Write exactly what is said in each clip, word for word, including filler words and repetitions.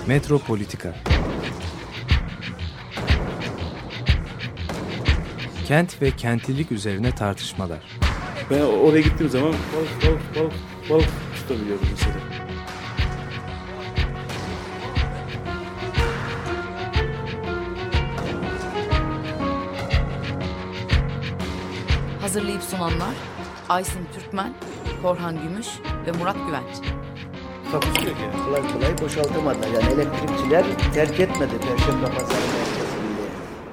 Metropolitika. Kent ve kentlilik üzerine tartışmalar. Ben oraya gittiğim zaman balık balık balık balık tutabiliyordum mesela. Hazırlayıp sunanlar Aysin Türkmen, Korhan Gümüş ve Murat Güvenç. Takusuyor ki. Kolay kolay boşaltamadı. Yani elektrikçiler terk etmedi Perşembe Pazarı merkezinde.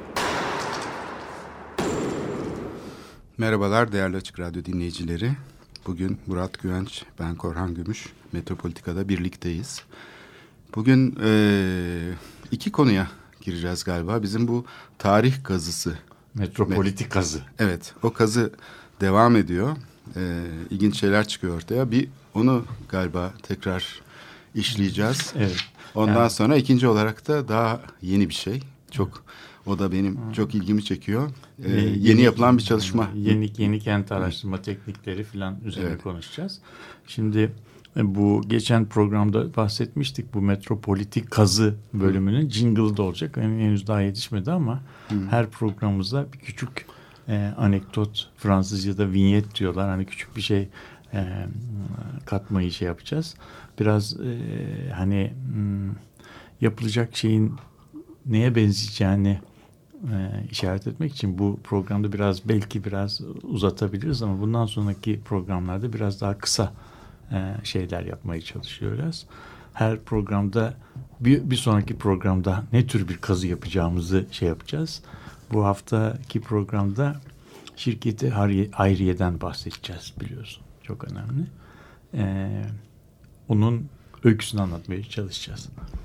Merhabalar değerli Açık Radyo dinleyicileri. Bugün Murat Güvenç, ben Korhan Gümüş. Metropolitika'da birlikteyiz. Bugün e, iki konuya gireceğiz galiba. Bizim bu tarih kazısı. Metropolitik kazı. Evet, o kazı devam ediyor. E, ilginç şeyler çıkıyor ortaya. Bir onu galiba tekrar işleyeceğiz. Evet. Ondan yani. sonra ikinci olarak da daha yeni bir şey. Çok o da benim hmm. çok ilgimi çekiyor. Ee, yeni, yeni yapılan bir çalışma. Yeni yeni kent araştırma hmm. teknikleri falan üzerine evet. konuşacağız. Şimdi bu geçen programda bahsetmiştik, bu metropolitik kazı bölümünün hmm. jingle'ı da olacak. Yani henüz daha yetişmedi ama hmm. her programımızda bir küçük e, anekdot, Fransızca'da vignette diyorlar. Hani küçük bir şey e, katmayı şey yapacağız. Biraz e, hani m, yapılacak şeyin neye benzeyeceğini e, işaret etmek için bu programda biraz belki biraz uzatabiliriz ama bundan sonraki programlarda biraz daha kısa e, şeyler yapmaya çalışıyoruz. Her programda bir, bir sonraki programda ne tür bir kazı yapacağımızı şey yapacağız. Bu haftaki programda şirketi Hayriye'den bahsedeceğiz, biliyorsun. Çok önemli. E, onun öyküsünü anlatmaya çalışacağız.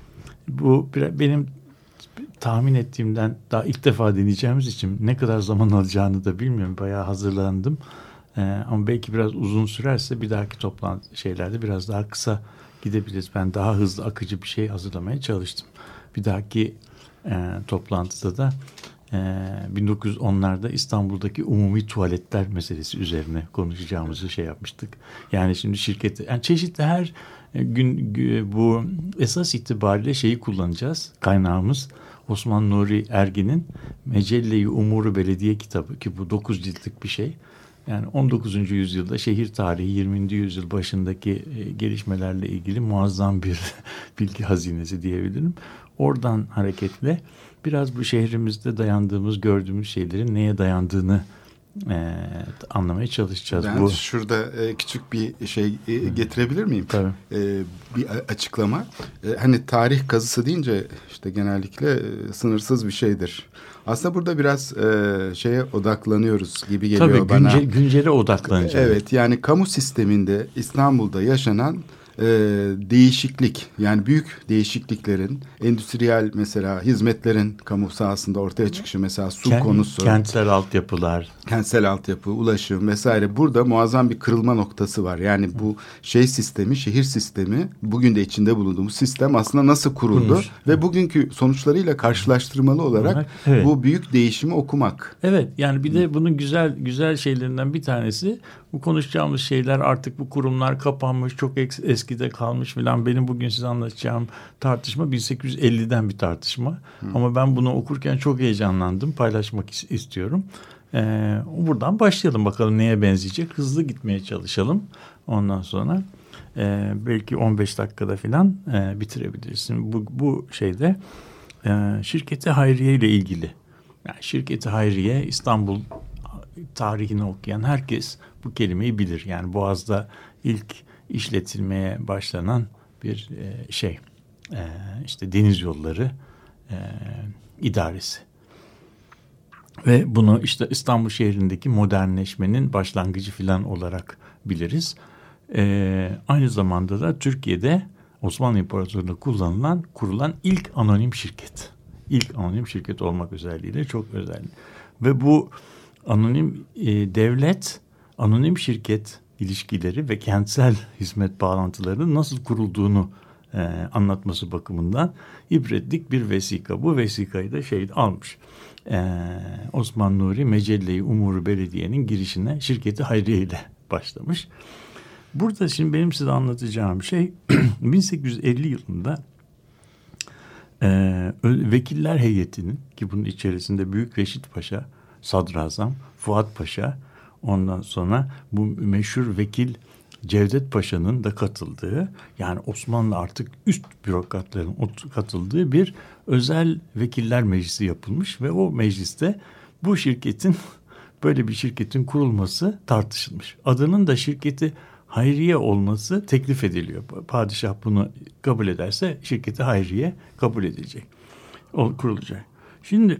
Bu benim tahmin ettiğimden daha ilk defa deneyeceğimiz için ne kadar zaman alacağını da bilmiyorum. Bayağı hazırlandım. Ee, ama belki biraz uzun sürerse bir dahaki toplantı şeylerde biraz daha kısa gidebiliriz. Ben daha hızlı, akıcı bir şey hazırlamaya çalıştım. Bir dahaki e, toplantıda da e, bin dokuz yüz onlarda İstanbul'daki umumi tuvaletler meselesi üzerine konuşacağımızı şey yapmıştık. Yani şimdi şirketi, yani çeşitli her gün bu esas itibariyle şeyi kullanacağız. Kaynağımız Osman Nuri Ergin'in Mecelle-i Umuru Belediye kitabı, ki bu dokuz ciltlik bir şey. Yani on dokuzuncu yüzyılda şehir tarihi, yirminci yüzyıl başındaki gelişmelerle ilgili muazzam bir bilgi hazinesi diyebilirim. Oradan hareketle biraz bu şehrimizde dayandığımız, gördüğümüz şeylerin neye dayandığını e, anlamaya çalışacağız. Ben bu. şurada e, küçük bir şey e, getirebilir miyim? Tabii. E, bir açıklama. E, hani tarih kazısı deyince işte genellikle e, sınırsız bir şeydir. Aslında burada biraz e, şeye odaklanıyoruz gibi geliyor Tabii, bana. Tabii günce, güncele odaklanacağız. Evet, yani kamu sisteminde İstanbul'da yaşanan e, değişiklik, yani büyük değişikliklerin, endüstriyel mesela hizmetlerin kamu sahasında ortaya çıkışı, mesela su Kent, konusu. Kentsel altyapılar. Kentsel altyapı, ulaşım vesaire, burada muazzam bir kırılma noktası var. Yani bu şey sistemi, şehir sistemi, bugün de içinde bulunduğumuz sistem aslında nasıl kuruldu Kurmuş. ve bugünkü sonuçlarıyla karşılaştırmalı olarak evet. bu büyük değişimi okumak. Evet, yani bir de bunun güzel güzel şeylerinden bir tanesi, bu konuşacağımız şeyler artık, bu kurumlar kapanmış, çok eskide kalmış filan. Benim bugün size anlatacağım tartışma bin sekiz yüz elliden bir tartışma. Hı. Ama ben bunu okurken çok heyecanlandım, paylaşmak istiyorum. Ee, buradan başlayalım bakalım neye benzeyecek. Hızlı gitmeye çalışalım. Ondan sonra e, belki on beş dakikada filan e, bitirebiliriz. Bu, bu şeyde e, şirketi Hayriye ile ilgili. Yani şirketi Hayriye, İstanbul tarihini okuyan herkes bu kelimeyi bilir. Yani Boğaz'da ilk işletilmeye başlanan bir e, şey. E, işte deniz yolları e, idaresi. Ve bunu işte İstanbul şehrindeki modernleşmenin başlangıcı filan olarak biliriz. Ee, aynı zamanda da Türkiye'de Osmanlı İmparatorluğu'nda kullanılan, kurulan ilk anonim şirket. İlk anonim şirket olmak özelliğiyle çok özel. Ve bu anonim e, devlet, anonim şirket ilişkileri ve kentsel hizmet bağlantılarının nasıl kurulduğunu e, anlatması bakımından ibretlik bir vesika. Bu vesikayı da şey almış. Ee, Osman Nuri Mecelle-i Umuru Belediye'nin girişine şirketi Hayriye ile başlamış. Burada şimdi benim size anlatacağım şey bin sekiz yüz elli yılında e, vekiller heyetinin, ki bunun içerisinde Büyük Reşit Paşa, Sadrazam, Fuat Paşa, ondan sonra bu meşhur vekil Cevdet Paşa'nın da katıldığı, yani Osmanlı artık üst bürokratların katıldığı bir özel vekiller meclisi yapılmış ve o mecliste bu şirketin, böyle bir şirketin kurulması tartışılmış. Adının da şirketi Hayriye olması teklif ediliyor. Padişah bunu kabul ederse şirketi Hayriye kabul edecek. O kurulacak. Şimdi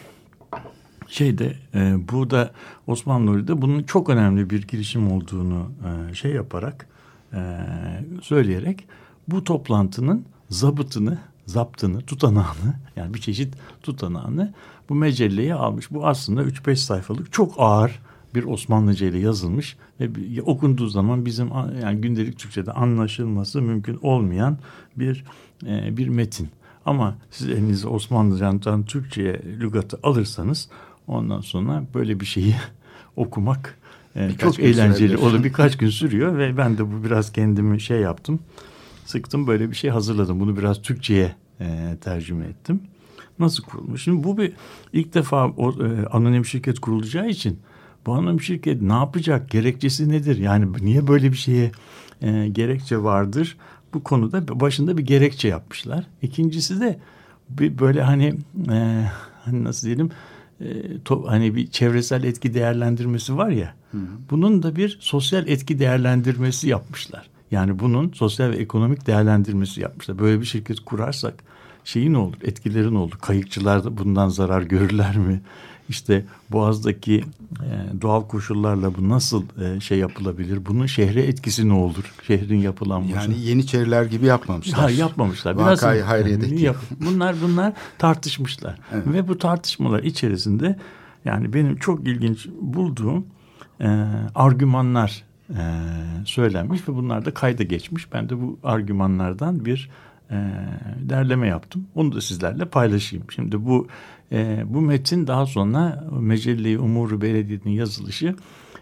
şeyde e, bu da Osmanlı Nuri'de bunun çok önemli bir girişim olduğunu e, şey yaparak e, söyleyerek bu toplantının zabıtını, zaptını, tutanağını, yani bir çeşit tutanağını bu mecelleye almış. Bu aslında üç beş sayfalık çok ağır bir Osmanlıca ile yazılmış ve okunduğu zaman bizim yani gündelik Türkçe'de anlaşılması mümkün olmayan bir e, bir metin. Ama siz elinize Osmanlıcadan Türkçe'ye lügatı alırsanız ondan sonra böyle bir şeyi okumak e, çok eğlenceli olur. Birkaç gün sürüyor ve ben de bu biraz kendimi şey yaptım. Sıktım, böyle bir şey hazırladım. Bunu biraz Türkçe'ye e, tercüme ettim. Nasıl kurulmuş? Şimdi bu bir ilk defa o, e, anonim şirket kurulacağı için bu anonim şirket ne yapacak? Gerekçesi nedir? Yani niye böyle bir şeye e, gerekçe vardır? Bu konuda başında bir gerekçe yapmışlar. İkincisi de bir böyle hani e, hani nasıl diyelim e, to, hani bir çevresel etki değerlendirmesi var ya. Hı hı. Bunun da bir sosyal etki değerlendirmesi yapmışlar. Yani bunun sosyal ve ekonomik değerlendirmesi yapmışlar. Böyle bir şirket kurarsak şeyi ne olur? Etkileri ne olur? Kayıkçılar da bundan zarar görürler mi? İşte Boğaz'daki e, doğal koşullarla bu nasıl e, şey yapılabilir? Bunun şehre etkisi ne olur? Şehrin yapılanması. Yani Yeniçeriler gibi yapmamışlar. Ha, yapmamışlar. Biraz Vakayı Hayriye'deki. Yap, bunlar bunlar tartışmışlar. Evet. Ve bu tartışmalar içerisinde yani benim çok ilginç bulduğum e, argümanlar e, söylenmiş ve bunlar da kayda geçmiş. Ben de bu argümanlardan bir e, derleme yaptım. Onu da sizlerle paylaşayım. Şimdi bu e, bu metin daha sonra Mecelle-i Umur-u Belediye'nin yazılışı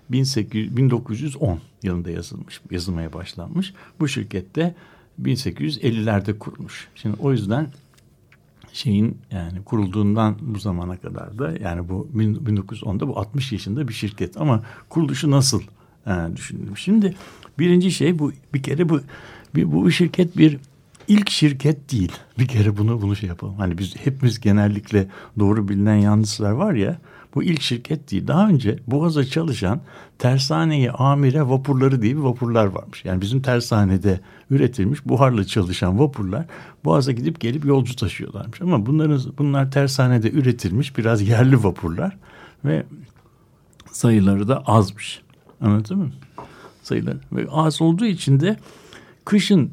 bin dokuz yüz on yılında yazılmış, yazılmaya başlanmış. Bu şirkette bin sekiz yüz ellilerde kurulmuş. Şimdi o yüzden şeyin yani kurulduğundan bu zamana kadar da yani bu bin dokuz yüz onda bu altmış yaşında bir şirket ama kuruluşu nasıl e, düşünülmüş? Şimdi birinci şey bu, bir kere bu bir, bu şirket bir ilk şirket değil. Bir kere bunu bunu şey yapalım. Hani biz hepimiz genellikle doğru bilinen yanlışlar var ya. Bu ilk şirket değil. Daha önce Boğaz'a çalışan Tersane-i Amire vapurları diye bir vapurlar varmış. Yani bizim tersanede üretilmiş buharla çalışan vapurlar Boğaz'a gidip gelip yolcu taşıyorlarmış. Ama bunların bunlar tersanede üretilmiş biraz yerli vapurlar ve sayıları da azmış. Anladın mı? Sayıları ve az olduğu için de kışın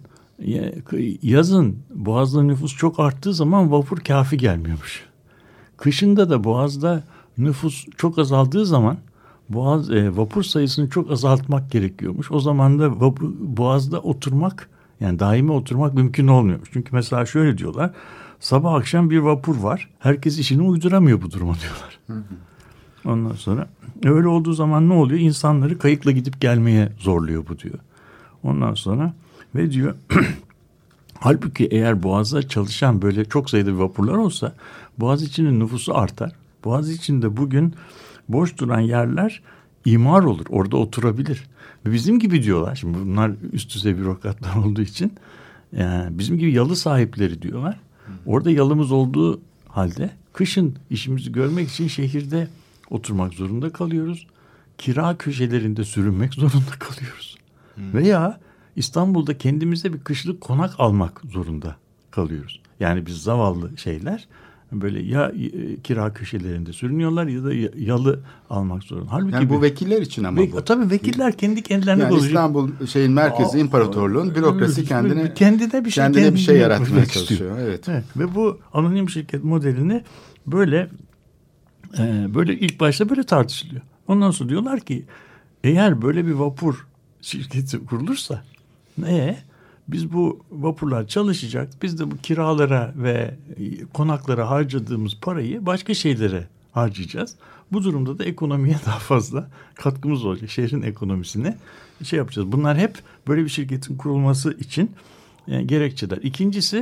yazın Boğaz'da nüfus çok arttığı zaman vapur kafi gelmiyormuş. Kışında da Boğaz'da nüfus çok azaldığı zaman Boğaz e, vapur sayısını çok azaltmak gerekiyormuş. O zaman da vapur, Boğaz'da oturmak yani daimi oturmak mümkün olmuyormuş. Çünkü mesela şöyle diyorlar. Sabah akşam bir vapur var. Herkes işini uyduramıyor bu duruma diyorlar. Hı hı. Ondan sonra öyle olduğu zaman ne oluyor? İnsanları kayıkla gidip gelmeye zorluyor bu diyor. Ondan sonra ve diyor halbuki eğer Boğaz'da çalışan böyle çok sayıda bir vapurlar olsa Boğaz içinin nüfusu artar. Boğaz içinde bugün boş duran yerler imar olur. Orada oturabilir. Ve bizim gibi diyorlar. Şimdi bunlar üst düzey bürokratlar olduğu için yani bizim gibi yalı sahipleri diyorlar. Orada yalımız olduğu halde kışın işimizi görmek için şehirde oturmak zorunda kalıyoruz. Kira köşelerinde sürünmek zorunda kalıyoruz. Hmm. Veya İstanbul'da kendimize bir kışlık konak almak zorunda kalıyoruz. Yani biz zavallı şeyler böyle ya kira köşelerinde sürünüyorlar ya da yalı almak zorunda. Halbuki yani bu vekiller için ama ve, bu. Tabii vekiller kendi kendilerine yani bozuyor. İstanbul şeyin merkezi, imparatorluğun bürokrasi kendine kendine bir şey kendine, kendine bir şey yaratmaya çalışıyor. çalışıyor. Evet. Evet. Ve bu anonim şirket modelini böyle e, böyle ilk başta böyle tartışılıyor. Ondan sonra diyorlar ki eğer böyle bir vapur şirketi kurulursa ne? Biz bu vapurlar çalışacak. Biz de bu kiralara ve konaklara harcadığımız parayı başka şeylere harcayacağız. Bu durumda da ekonomiye daha fazla katkımız olacak. Şehrin ekonomisine şey yapacağız. Bunlar hep böyle bir şirketin kurulması için e, gerekçeler. İkincisi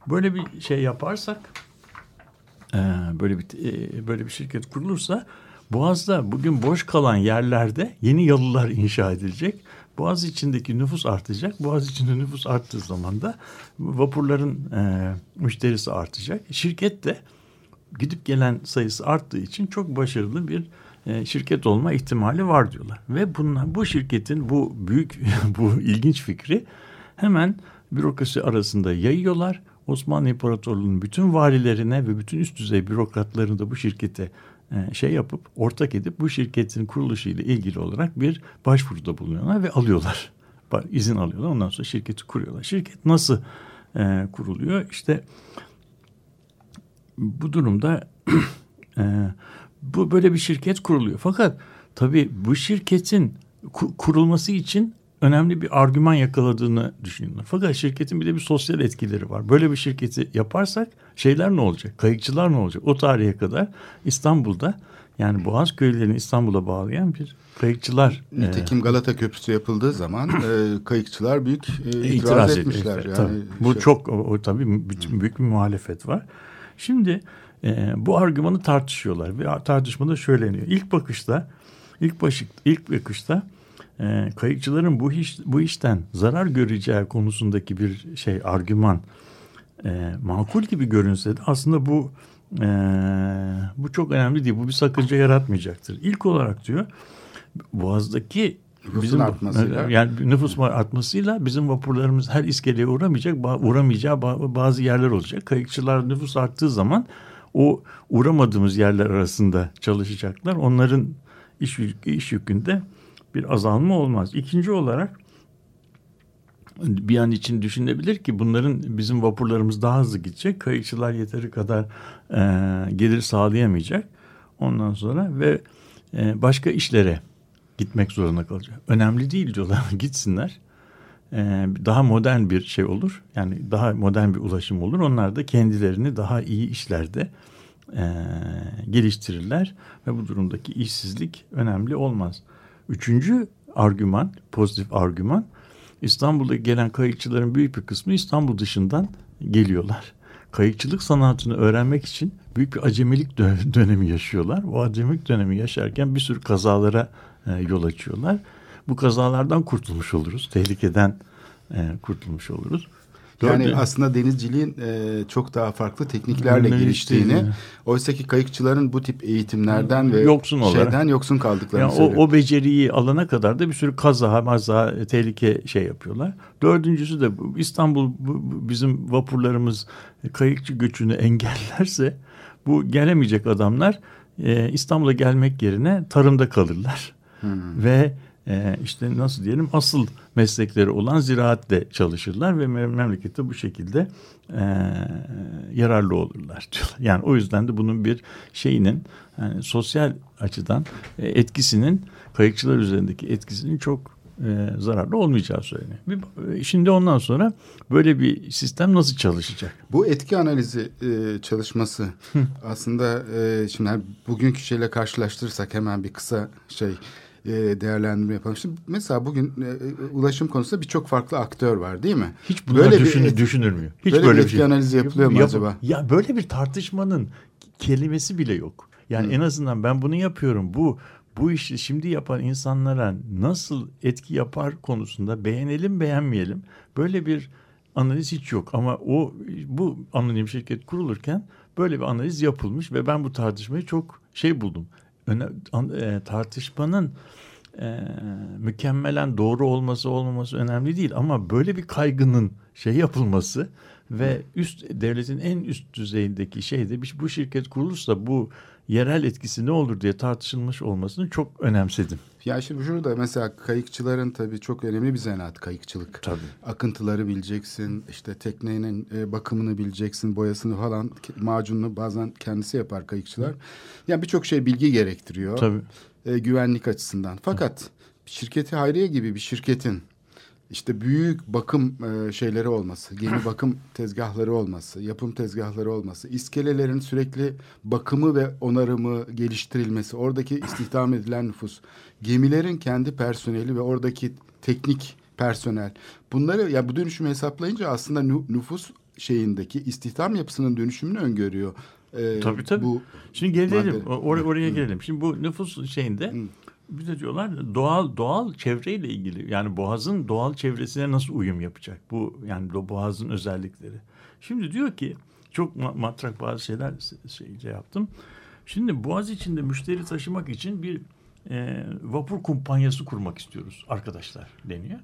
böyle bir şey yaparsak, e, böyle bir e, böyle bir şirket kurulursa, Boğaz'da bugün boş kalan yerlerde yeni yalılar inşa edilecek. Boğaz içindeki nüfus artacak. Boğaz içinde nüfus arttığı zaman da vapurların e, müşterisi artacak. Şirket de gidip gelen sayısı arttığı için çok başarılı bir e, şirket olma ihtimali var diyorlar. Ve bunlar, bu şirketin bu büyük, bu ilginç fikri hemen bürokrasi arasında yayıyorlar. Osmanlı İmparatorluğu'nun bütün valilerine ve bütün üst düzey bürokratlarını da bu şirkete e, şey yapıp, ortak edip bu şirketin kuruluşu ile ilgili olarak bir başvuruda bulunuyorlar ve alıyorlar. İzin alıyorlar. Ondan sonra şirketi kuruyorlar. Şirket nasıl e, kuruluyor? İşte bu durumda e, bu böyle bir şirket kuruluyor. Fakat tabii bu şirketin ku- kurulması için önemli bir argüman yakaladığını düşünüyorlar. Fakat şirketin bir de bir sosyal etkileri var. Böyle bir şirketi yaparsak şeyler ne olacak? Kayıkçılar ne olacak? O tarihe kadar İstanbul'da, yani Boğaz köylerini İstanbul'a bağlayan bir kayıkçılar. Nitekim Galata Köprüsü yapıldığı zaman e, kayıkçılar büyük e, itiraz, itiraz etmişler. etmişler. Yani tabii. Bu şey... çok o, o, tabii büyük, büyük bir muhalefet var. Şimdi e, bu argümanı tartışıyorlar ve tartışmada şöyleniyor. İlk bakışta, ilk başık, ilk bakışta e, kayıkçıların bu iş, bu işten zarar göreceği konusundaki bir şey argüman e, makul gibi görünse de aslında bu e, bu çok önemli değil. Bu bir sakınca yaratmayacaktır. İlk olarak diyor, Boğaz'daki nüfusun bizim artmasıyla, yani nüfus artmasıyla bizim vapurlarımız her iskeleye uğramayacak, uğramayacağı bazı yerler olacak. Kayıkçılar nüfus arttığı zaman o uğramadığımız yerler arasında çalışacaklar. Onların iş, iş yükünde bir azalma olmaz. İkinci olarak bir an için düşünebilir ki bunların, bizim vapurlarımız daha hızlı gidecek. Kayıkçılar yeteri kadar e, gelir sağlayamayacak. Ondan sonra ve e, başka işlere gitmek zorunda kalacak. Önemli değil diyorlar. Gitsinler. Ee, daha modern bir şey olur. Yani daha modern bir ulaşım olur. Onlar da kendilerini daha iyi işlerde e, geliştirirler. Ve bu durumdaki işsizlik önemli olmaz. Üçüncü argüman, pozitif argüman, İstanbul'da gelen kayıkçıların büyük bir kısmı İstanbul dışından geliyorlar. Kayıkçılık sanatını öğrenmek için büyük bir acemilik dönemi yaşıyorlar. O acemilik dönemi yaşarken bir sürü kazalara yol açıyorlar. Bu kazalardan kurtulmuş oluruz. Tehlikeden e, kurtulmuş oluruz. Yani Dördü, aslında denizciliğin e, çok daha farklı tekniklerle Öyle geliştiğini, işte. oysaki kayıkçıların bu tip eğitimlerden ve yoksun olarak, şeyden yoksun kaldıklarını yani o, o beceriyi alana kadar da bir sürü kaza, maza, tehlike şey yapıyorlar. Dördüncüsü de İstanbul, bu, bizim vapurlarımız kayıkçı göçünü engellerse bu gelemeyecek adamlar e, İstanbul'a gelmek yerine tarımda kalırlar. Hmm. Ve e, işte nasıl diyelim, asıl meslekleri olan ziraatle çalışırlar ve memlekette bu şekilde e, yararlı olurlar diyorlar. Yani o yüzden de bunun bir şeyinin, yani sosyal açıdan e, etkisinin, kayıkçılar üzerindeki etkisinin çok e, zararlı olmayacağı söyleniyor. Bir, şimdi ondan sonra böyle bir sistem nasıl çalışacak? Bu etki analizi e, çalışması aslında e, şimdi bugünkü şeyle karşılaştırırsak hemen bir kısa şey değerlendirme yapalım. Şimdi mesela bugün e, ulaşım konusunda birçok farklı aktör var, değil mi? Hiç bunlar böyle düşünür, bir, düşünülmüyor. Hiç böyle, böyle bir etki şey. analizi yapılıyor mu Yap, acaba? Ya böyle bir tartışmanın kelimesi bile yok. Yani Hı. en azından ben bunu yapıyorum. Bu bu işi şimdi yapan insanlara nasıl etki yapar konusunda beğenelim beğenmeyelim, böyle bir analiz hiç yok. Ama o bu anonim şirket kurulurken böyle bir analiz yapılmış ve ben bu tartışmayı çok şey buldum. Öne, an, e, tartışmanın e, mükemmelen doğru olması olmaması önemli değil, ama böyle bir kaygının şey yapılması ve üst devletin en üst düzeyindeki şeyde bu şirket kurulursa bu yerel etkisi ne olur diye tartışılmış olmasını çok önemsedim. Ya şimdi şurada mesela kayıkçıların tabii çok önemli bir zanaat kayıkçılık. Tabii. Akıntıları bileceksin, işte teknenin e, bakımını bileceksin, boyasını falan, macununu bazen kendisi yapar kayıkçılar. Yani birçok şey bilgi gerektiriyor. Tabii. E, güvenlik açısından. Fakat Hı. şirketi Hayriye gibi bir şirketin işte büyük bakım e, şeyleri olması, gemi bakım tezgahları olması, yapım tezgahları olması, iskelelerin sürekli bakımı ve onarımı geliştirilmesi, oradaki istihdam edilen nüfus, gemilerin kendi personeli ve oradaki teknik personel, bunları ya bu dönüşümü hesaplayınca aslında nüfus şeyindeki istihdam yapısının dönüşümünü öngörüyor. Ee, tabii tabii. Bu Şimdi gelelim or- oraya gelelim. Şimdi bu nüfus şeyinde Hı. bir de diyorlar doğal doğal çevreyle ilgili, yani Boğaz'ın doğal çevresine nasıl uyum yapacak? Bu yani Boğaz'ın özellikleri. Şimdi diyor ki çok matrak bazı şeyler şeyce yaptım. Şimdi Boğaz içinde müşteri taşımak için bir e, vapur kumpanyası kurmak istiyoruz arkadaşlar deniyor.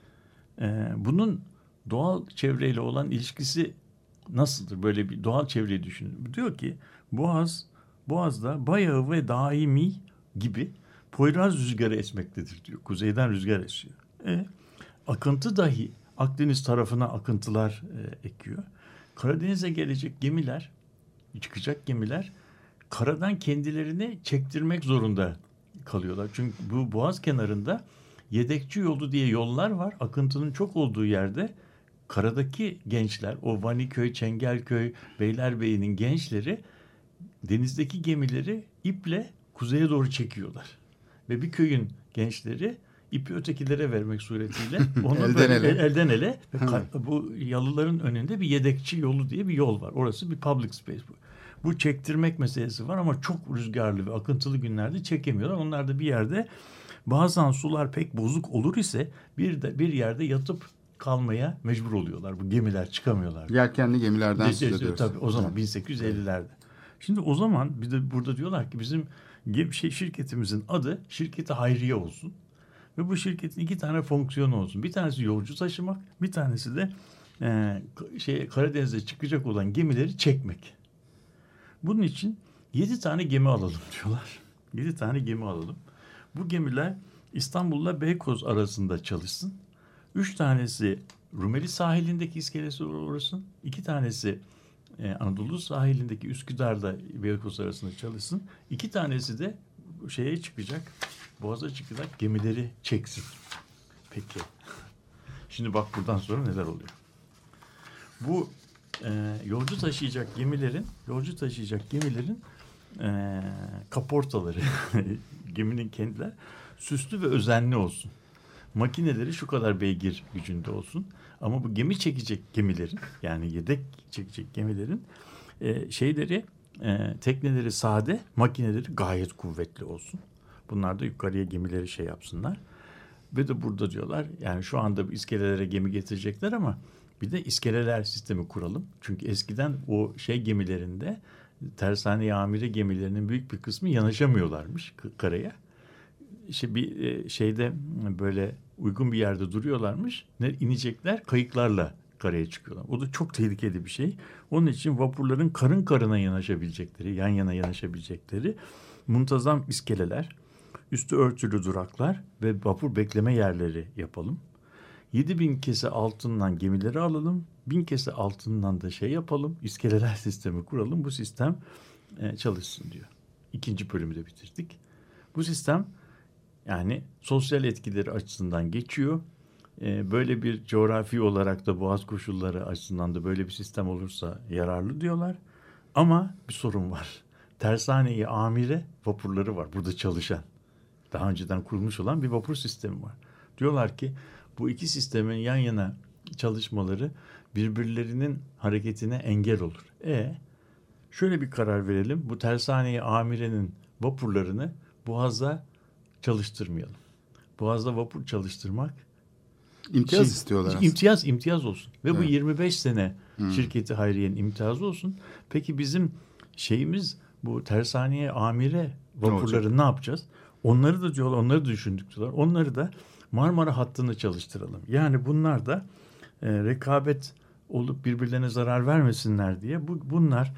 E, bunun doğal çevreyle olan ilişkisi nasıldır? Böyle bir doğal çevreyi düşünün. Diyor ki Boğaz, Boğaz'da bayağı ve daimi gibi Poyraz rüzgarı esmektedir diyor. Kuzeyden rüzgar esiyor. E, akıntı dahi Akdeniz tarafına akıntılar e, ekiyor. Karadeniz'e gelecek gemiler, çıkacak gemiler karadan kendilerini çektirmek zorunda kalıyorlar. Çünkü bu Boğaz kenarında yedekçi yolu diye yollar var. Akıntının çok olduğu yerde karadaki gençler, o Vaniköy, Çengelköy, Beylerbeyi'nin gençleri denizdeki gemileri iple kuzeye doğru çekiyorlar. Ve bir köyün gençleri ipi ötekilere vermek suretiyle onu elden, böyle, ele. elden ele bu yalıların önünde bir yedekçi yolu diye bir yol var. Orası bir public space. Bu, bu çektirmek meselesi var ama çok rüzgarlı ve akıntılı günlerde çekemiyorlar. Onlar da bir yerde, bazen sular pek bozuk olur ise bir de bir yerde yatıp kalmaya mecbur oluyorlar. Bu gemiler çıkamıyorlar. Yelkenli gemilerden söz ediyoruz. Tabii o zaman bin sekiz yüz ellilerde. Şimdi o zaman bir de burada diyorlar ki bizim şey, şirketimizin adı Şirketi Hayriye olsun. Ve bu şirketin iki tane fonksiyonu olsun. Bir tanesi yolcu taşımak, bir tanesi de e, şey Karadeniz'e çıkacak olan gemileri çekmek. Bunun için yedi tane gemi alalım diyorlar. Yedi tane gemi alalım. Bu gemiler İstanbul'la Beykoz arasında çalışsın. Üç tanesi Rumeli sahilindeki iskelesi uğrasın. İki tanesi e, Anadolu sahilindeki Üsküdar'da Beykoz arasında çalışsın. İki tanesi de şeye çıkacak, Boğaz'a çıkacak gemileri çeksin. Peki. Şimdi bak buradan sonra neler oluyor. Bu e, yolcu taşıyacak gemilerin, yolcu taşıyacak gemilerin e, kaportaları, geminin kendiler süslü ve özenli olsun. Makineleri şu kadar beygir gücünde olsun. Ama bu gemi çekecek gemilerin, yani yedek çekecek gemilerin e, şeyleri, e, tekneleri sade, makineleri gayet kuvvetli olsun. Bunlar da yukarıya gemileri şey yapsınlar. Ve de burada diyorlar, yani şu anda iskelelere gemi getirecekler ama bir de iskeleler sistemi kuralım. Çünkü eskiden o şey gemilerinde, tersane amire gemilerinin büyük bir kısmı yanaşamıyorlarmış karaya. İşte bir şeyde böyle uygun bir yerde duruyorlarmış. Ne inecekler, kayıklarla karaya çıkıyorlar. O da çok tehlikeli bir şey. Onun için vapurların karın karına yanaşabilecekleri, yan yana yanaşabilecekleri muntazam iskeleler, üstü örtülü duraklar ve vapur bekleme yerleri yapalım. yedi bin kese altından gemileri alalım. bin kese altından da şey yapalım. İskeleler sistemi kuralım. Bu sistem e, çalışsın diyor. İkinci bölümü de bitirdik. Bu sistem yani sosyal etkileri açısından geçiyor. E, böyle bir coğrafi olarak da boğaz koşulları açısından da böyle bir sistem olursa yararlı diyorlar. Ama bir sorun var. Tersane-i amire vapurları var burada çalışan. Daha önceden kurulmuş olan bir vapur sistemi var. Diyorlar ki bu iki sistemin yan yana çalışmaları birbirlerinin hareketine engel olur. E şöyle bir karar verelim. Bu tersane-i amirenin vapurlarını Boğaz'da çalıştırmayalım. Boğaz'da vapur çalıştırmak imtiyaz şey, istiyorlar aslında. İmtiyaz, imtiyaz olsun. Ve evet. Bu yirmi beş sene hmm. şirketi Hayriye'nin imtiyazı olsun. Peki bizim şeyimiz bu tersane-i amire vapurları ne, ne yapacağız? Onları da diyorlar, onları da düşündük diyorlar. Onları da Marmara hattını çalıştıralım. Yani bunlar da e, rekabet olup birbirlerine zarar vermesinler diye bu bunlar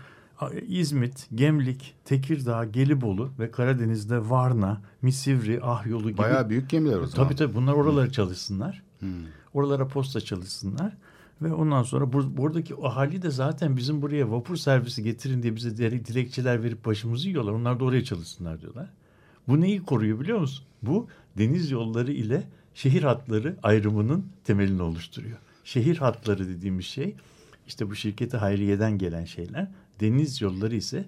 İzmit, Gemlik, Tekirdağ, Gelibolu ve Karadeniz'de Varna, Misivri, Ahyolu gibi. Bayağı büyük gemiler o zaman. Tabii tabii bunlar oralara çalışsınlar. Hmm. Oralara posta çalışsınlar. Ve ondan sonra bu, buradaki ahali de zaten bizim buraya vapur servisi getirin diye bize dilekçeler verip başımızı yiyorlar. Onlar da oraya çalışsınlar diyorlar. Bu neyi koruyor biliyor musun? Bu deniz yolları ile şehir hatları ayrımının temelini oluşturuyor. Şehir hatları dediğimiz şey işte bu şirketi Hayriye'den gelen şeyler. Deniz yolları ise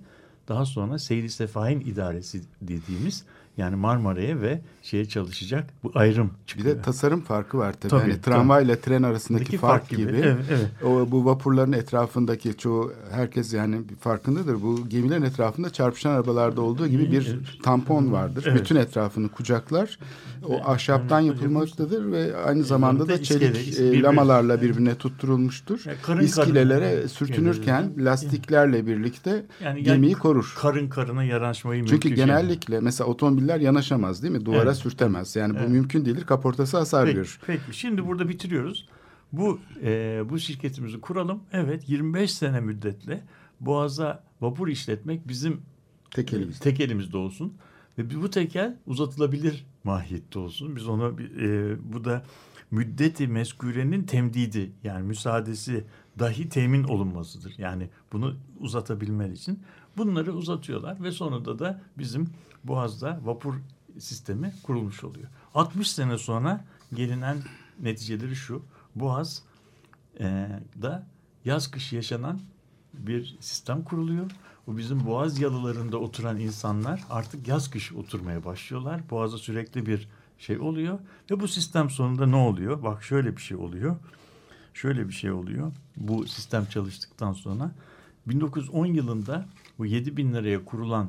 daha sonra Seyri Sefahin İdaresi dediğimiz, yani Marmara'ya ve şeye çalışacak bu ayrım çıkıyor. Bir de tasarım farkı var tabii. Tabii, yani tramvay ile tren arasındaki Peki, fark, fark gibi. gibi. Evet, evet. O bu vapurların etrafındaki çoğu herkes yani farkındadır. Bu gemilerin etrafında çarpışan arabalarda olduğu gibi bir tampon vardır. Evet. Bütün etrafını kucaklar. O ahşaptan yapılmaktadır ve aynı zamanda da çelik iskele, e, lamalarla birbirine tutturulmuştur. Yani karın İskilelere karın, sürtünürken yani, lastiklerle birlikte yani gemiyi yani, korur. Karın karına yanaşmayı Çünkü mümkün. genellikle yani. Mesela otomobiller yanaşamaz değil mi? Duvara Evet. sürtemez. Yani Evet. bu mümkün değildir. Kaportası hasar Peki, görür. peki şimdi burada bitiriyoruz. Bu e, bu şirketimizi kuralım. Evet, yirmi beş sene müddetle Boğaz'a vapur işletmek bizim Tek elimizde. tek elimizde olsun. Ve bu tekel uzatılabilir mahiyette olsun. Biz ona e, bu da müddeti meskûrenin temdidi, yani müsaadesi dahi temin olunmasıdır. Yani bunu uzatabilmen için bunları uzatıyorlar ve sonunda da bizim Boğaz'da vapur sistemi kurulmuş oluyor. altmış sene sonra gelinen neticeleri şu: Boğaz e, da yaz kış yaşanan bir sistem kuruluyor. O bizim Boğaz yalılarında oturan insanlar artık yaz kış oturmaya başlıyorlar. Boğaz'a sürekli bir şey oluyor ve bu sistem sonunda ne oluyor? Bak şöyle bir şey oluyor. Şöyle bir şey oluyor. Bu sistem çalıştıktan sonra bin dokuz yüz on yılında bu yedi bin liraya kurulan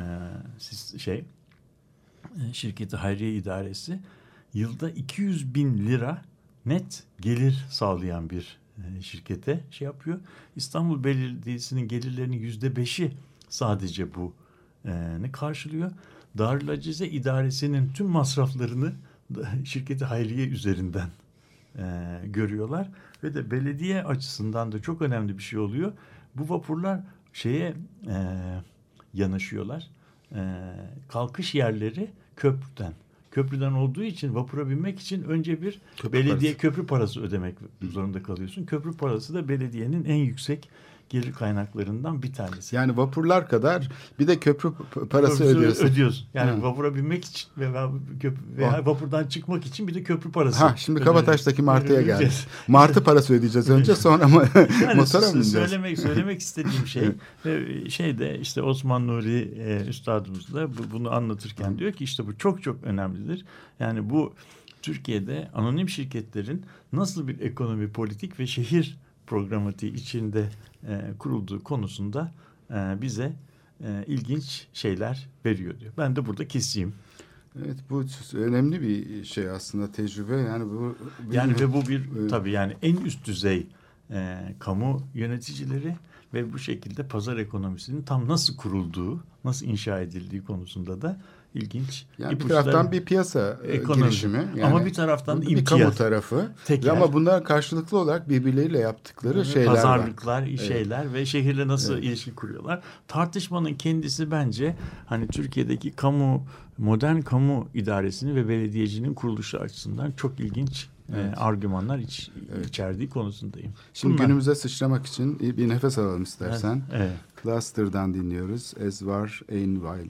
e, şey e, şirketi Hayriye İdaresi yılda iki yüz bin lira net gelir sağlayan bir e, şirkete şey yapıyor. İstanbul Belediyesi'nin gelirlerinin yüzde beşi sadece bu e, ne karşılıyor. Darül Acize İdaresi'nin tüm masraflarını şirketi Hayriye üzerinden e, görüyorlar ve de belediye açısından da çok önemli bir şey oluyor. Bu vapurlar şeye e, yanaşıyorlar. E, kalkış yerleri köprüden. Köprüden olduğu için vapura binmek için önce bir köprü belediye parası. köprü parası ödemek zorunda kalıyorsun. Köprü parası da belediyenin en yüksek gelir kaynaklarından bir tanesi. Yani vapurlar kadar bir de köprü parası ödüyorsun. ödüyorsun. Yani Hı. vapura binmek için veya, veya oh. vapurdan çıkmak için bir de köprü parası. Ha, şimdi Kabataş'taki Martı'ya geldik. Martı parası ödeyeceğiz önce, sonra mı yani motora mı bineceğiz? Söylemek, söylemek istediğim şey ve şey de işte Osman Nuri e, üstadımız da bu, bunu anlatırken Hı. diyor ki işte bu çok çok önemlidir. Yani bu Türkiye'de anonim şirketlerin nasıl bir ekonomi, politik ve şehir programatiği içinde e, kurulduğu konusunda e, bize e, ilginç şeyler veriyor diyor. Ben de burada keseyim. Evet, bu önemli bir şey aslında, tecrübe. Yani bu yani ve bu bir e, tabii yani en üst düzey e, kamu yöneticileri ve bu şekilde pazar ekonomisinin tam nasıl kurulduğu, nasıl inşa edildiği konusunda da ilginç. Yani bir taraftan bir piyasa ekonomi, girişimi. Yani ama bir taraftan da bir kamu tarafı. Teker. Ama bunlar karşılıklı olarak birbirleriyle yaptıkları evet, şeyler pazarlıklar, var. şeyler evet. ve şehirle nasıl evet. ilişki kuruyorlar. Tartışmanın kendisi bence hani Türkiye'deki kamu, modern kamu idaresini ve belediyecinin kuruluşu açısından çok ilginç evet. e, argümanlar iç, evet. içerdiği konusundayım. Şimdi Bunlar... günümüze sıçramak için bir nefes alalım istersen. Evet. Evet. Cluster'dan dinliyoruz. Ez var ein Weil.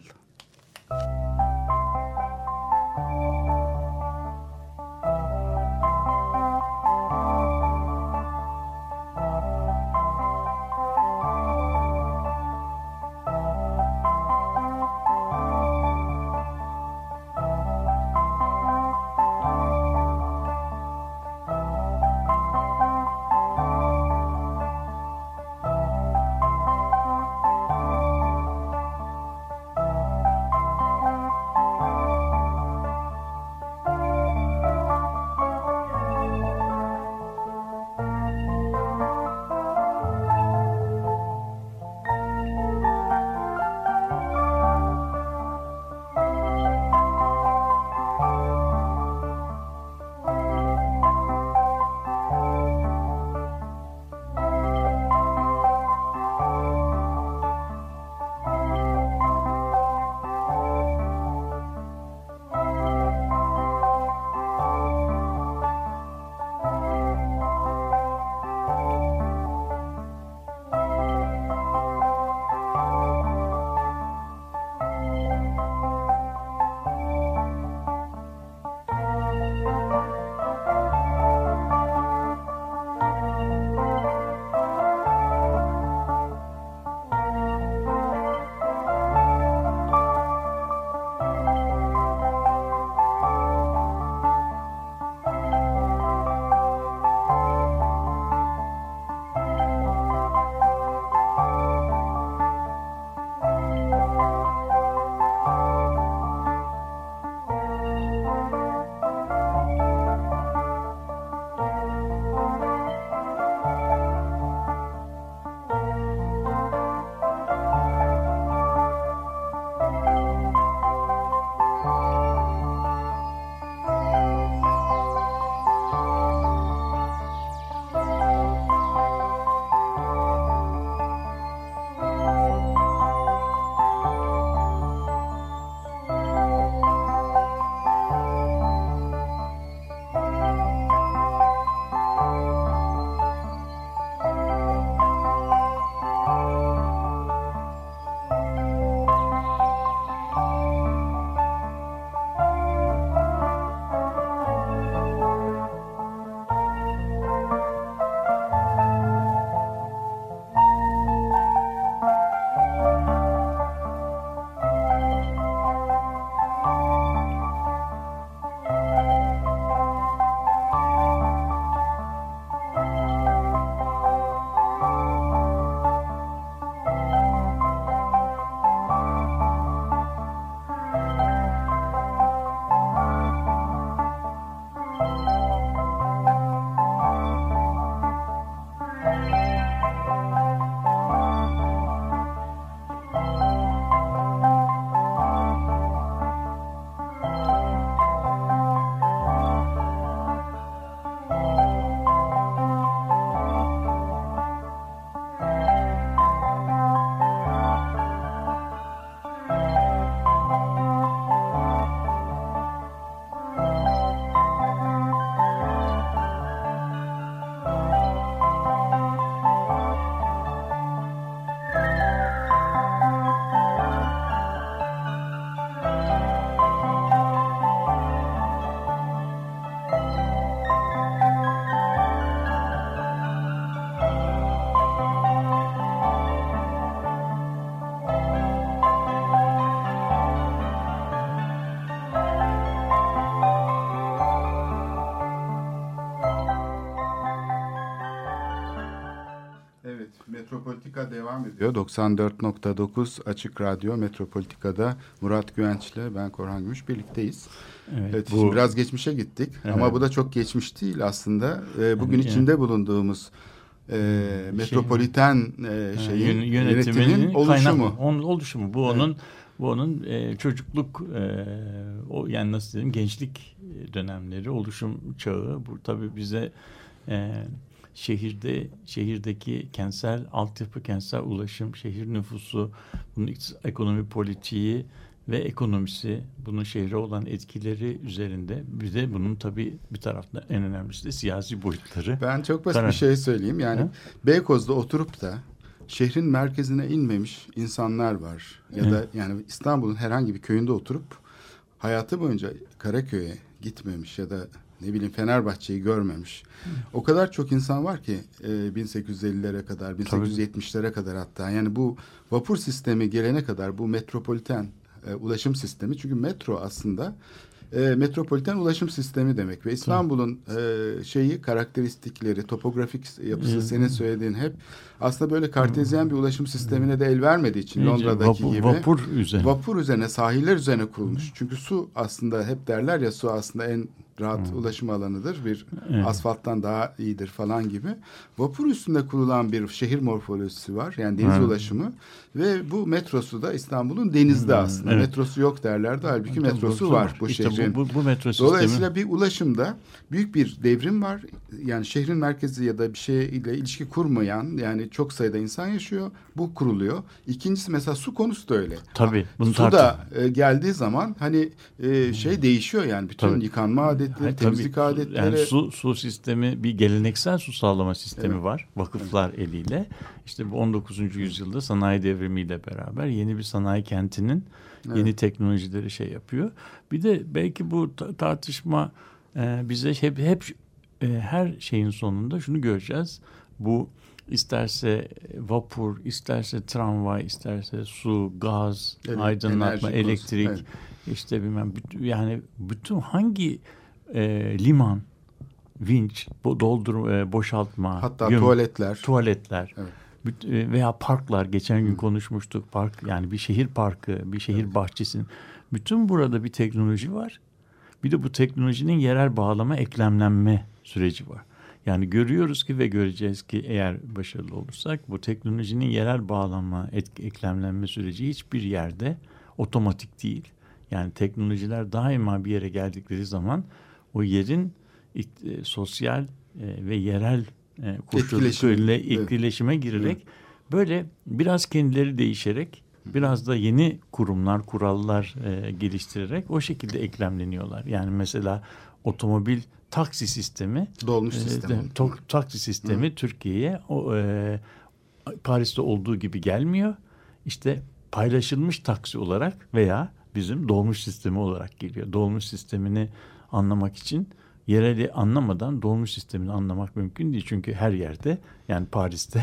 Metropolitika devam ediyor. doksan dört nokta dokuz Açık Radyo Metropolitika'da Murat Güvenç'le ben Korhan Gümüş birlikteyiz. Evet, evet bu... Şimdi biraz geçmişe gittik evet. Ama bu da çok geçmiş değil aslında. Ee, bugün yani, içinde yani. bulunduğumuz e, metropoliten e, şeyin yönetiminin oluşumu. Kaynak, onun oluşumu. Bu evet. onun bu onun e, çocukluk e, o yani nasıl diyeyim gençlik dönemleri, oluşum çağı. Bu tabii bize e, şehirde şehirdeki kentsel altyapı, kentsel ulaşım, şehir nüfusu, bunun ekonomi politiği ve ekonomisi, bunun şehre olan etkileri üzerinde bir de bunun tabii bir tarafta en önemlisi de siyasi boyutları. Ben çok basit Karar. bir şey söyleyeyim. Yani ha? Beykoz'da oturup da şehrin merkezine inmemiş insanlar var. Ya Hı. da yani İstanbul'un herhangi bir köyünde oturup hayatı boyunca Karaköy'e gitmemiş ya da ne bileyim Fenerbahçe'yi görmemiş. Hı. O kadar çok insan var ki e, bin sekiz yüz ellilere kadar, bin sekiz yüz yetmişlere kadar hatta. Yani bu vapur sistemi gelene kadar bu metropoliten e, ulaşım sistemi. Çünkü metro aslında e, metropoliten ulaşım sistemi demek. Ve İstanbul'un e, şeyi, karakteristikleri, topografik yapısı Hı. senin söylediğin hep aslında böyle kartezyen bir ulaşım sistemine de el vermediği için Hı. Londra'daki vapur, gibi. Vapur üzerine. Vapur üzerine, sahiller üzerine kurulmuş. Hı. Çünkü su aslında hep derler ya su aslında en rahat hmm. ulaşım alanıdır. Bir evet. asfalttan daha iyidir falan gibi. Vapur üstünde kurulan bir şehir morfolojisi var. Yani deniz hmm. ulaşımı. Ve bu metrosu da İstanbul'un denizde hmm. aslında. Evet. Metrosu yok derlerdi. Halbuki Tabii, metrosu var, var bu işte şehrin. Bu, bu, bu metro sistemi. Dolayısıyla bir ulaşımda büyük bir devrim var. Yani şehrin merkezi ya da bir şeyle ilişki kurmayan yani çok sayıda insan yaşıyor. Bu kuruluyor. İkincisi mesela su konusu da öyle. Tabii. Bunu su da e, geldiği zaman hani e, şey değişiyor yani. Bütün Tabii. yıkanma adetleri, Hayır, temizlik tabii, adetleri. Yani su, su sistemi, bir geleneksel su sağlama sistemi evet. var. Vakıflar evet. eliyle. İşte bu on dokuzuncu yüzyılda sanayi devrimiyle beraber yeni bir sanayi kentinin evet. yeni teknolojileri şey yapıyor. Bir de belki bu tartışma e, bize hep hep e, her şeyin sonunda şunu göreceğiz. Bu isterse vapur, isterse tramvay, isterse su, gaz, evet, aydınlatma, elektrik, evet. işte bilmem yani bütün hangi e, liman, vinç, doldur, e, boşaltma, hatta yum, tuvaletler, tuvaletler evet. veya parklar. Geçen gün Hı. konuşmuştuk park yani bir şehir parkı, bir şehir evet. bahçesinin. Bütün burada bir teknoloji var. Bir de bu teknolojinin yerel bağlama, eklemlenme süreci var. Yani görüyoruz ki ve göreceğiz ki eğer başarılı olursak bu teknolojinin yerel bağlanma, et, eklemlenme süreci hiçbir yerde otomatik değil. Yani teknolojiler daima bir yere geldikleri zaman o yerin e, sosyal e, ve yerel e, koşullarıyla etkileşime evet. girerek evet. böyle biraz kendileri değişerek biraz da yeni kurumlar, kurallar e, geliştirerek o şekilde eklemleniyorlar. Yani mesela otomobil taksi sistemi, dolmuş sistemi, e, to, taksi sistemi Hı. Türkiye'ye o, e, Paris'te olduğu gibi gelmiyor. İşte paylaşılmış taksi olarak veya bizim dolmuş sistemi olarak geliyor. Dolmuş sistemini anlamak için yereli anlamadan dolmuş sistemini anlamak mümkün değil. Çünkü her yerde yani Paris'te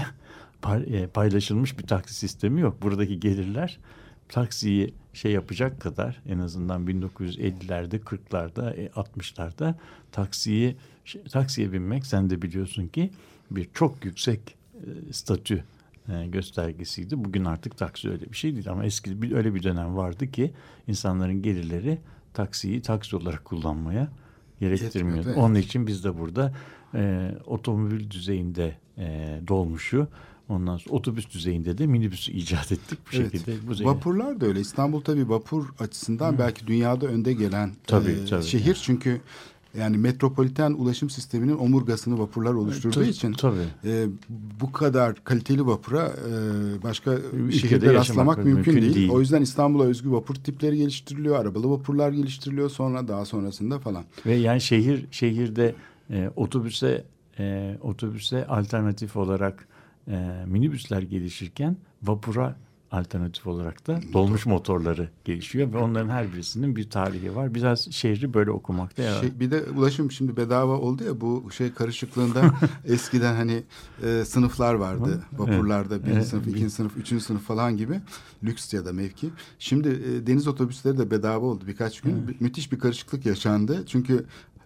paylaşılmış bir taksi sistemi yok. Buradaki gelirler taksiyi şey yapacak kadar en azından bin dokuz yüz ellilerde, kırklarda, altmışlarda taksiyi taksiye binmek sen de biliyorsun ki bir çok yüksek e, statü e, göstergesiydi. Bugün artık taksi öyle bir şey değil ama eski bir, öyle bir dönem vardı ki insanların gelirleri taksiyi taksi olarak kullanmaya gerektirmiyordu. Evet. Onun için biz de burada e, otomobil düzeyinde e, dolmuşu, ondan sonra otobüs düzeyinde de minibüsü icat ettik bu evet. şekilde. Bu Vapurlar da öyle. İstanbul tabii vapur açısından Hı. belki dünyada önde gelen tabii, e, tabii. şehir. Çünkü yani metropoliten ulaşım sisteminin omurgasını vapurlar oluşturduğu tabii, için tabii. E, bu kadar kaliteli vapura e, başka Ülkede şehirde rastlamak mümkün, mümkün değil. değil. O yüzden İstanbul'a özgü vapur tipleri geliştiriliyor. Arabalı vapurlar geliştiriliyor sonra daha sonrasında falan. Ve yani şehir şehirde e, otobüse e, otobüse alternatif olarak e, minibüsler gelişirken vapura alternatif olarak da dolmuş motorları gelişiyor ve onların her birisinin bir tarihi var. Biraz şehri böyle okumakta yarar. Şey, bir de ulaşım şimdi bedava oldu ya bu şey karışıklığında eskiden hani e, sınıflar vardı vapurlarda evet. birinci evet. sınıf, ikinci sınıf, üçüncü sınıf falan gibi lüks ya da mevki. Şimdi e, deniz otobüsleri de bedava oldu birkaç gün. Evet. Müthiş bir karışıklık yaşandı çünkü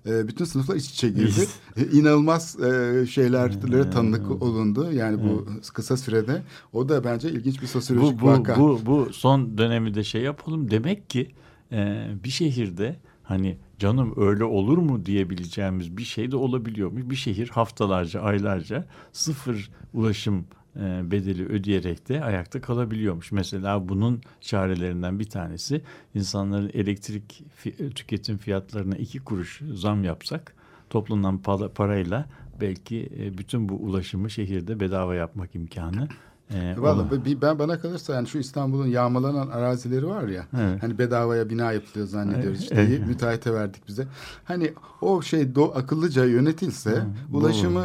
e, bütün sınıflar iç içe girdi. E, İnanılmaz e, şeylerle tanık olundu. Yani bu evet. kısa sürede. O da bence ilginç bir sosyolojik bu, bu, vaka. Bu, bu son dönemi de şey yapalım. Demek ki e, bir şehirde hani canım öyle olur mu diyebileceğimiz bir şey de olabiliyormuş. Bir şehir haftalarca, aylarca sıfır ulaşım e, bedeli ödeyerek de ayakta kalabiliyormuş. Mesela bunun çarelerinden bir tanesi insanların elektrik fi- tüketim fiyatlarına iki kuruş zam yapsak toplanan para, parayla belki e, bütün bu ulaşımı şehirde bedava yapmak imkanı. Ee, Vallahi ben bana kalırsa yani şu İstanbul'un yağmalanan arazileri var ya evet. hani bedavaya bina yapılıyor zannediyoruz işte evet. müteahhite verdik bize. Hani o şey do, akıllıca yönetilse evet. ulaşımı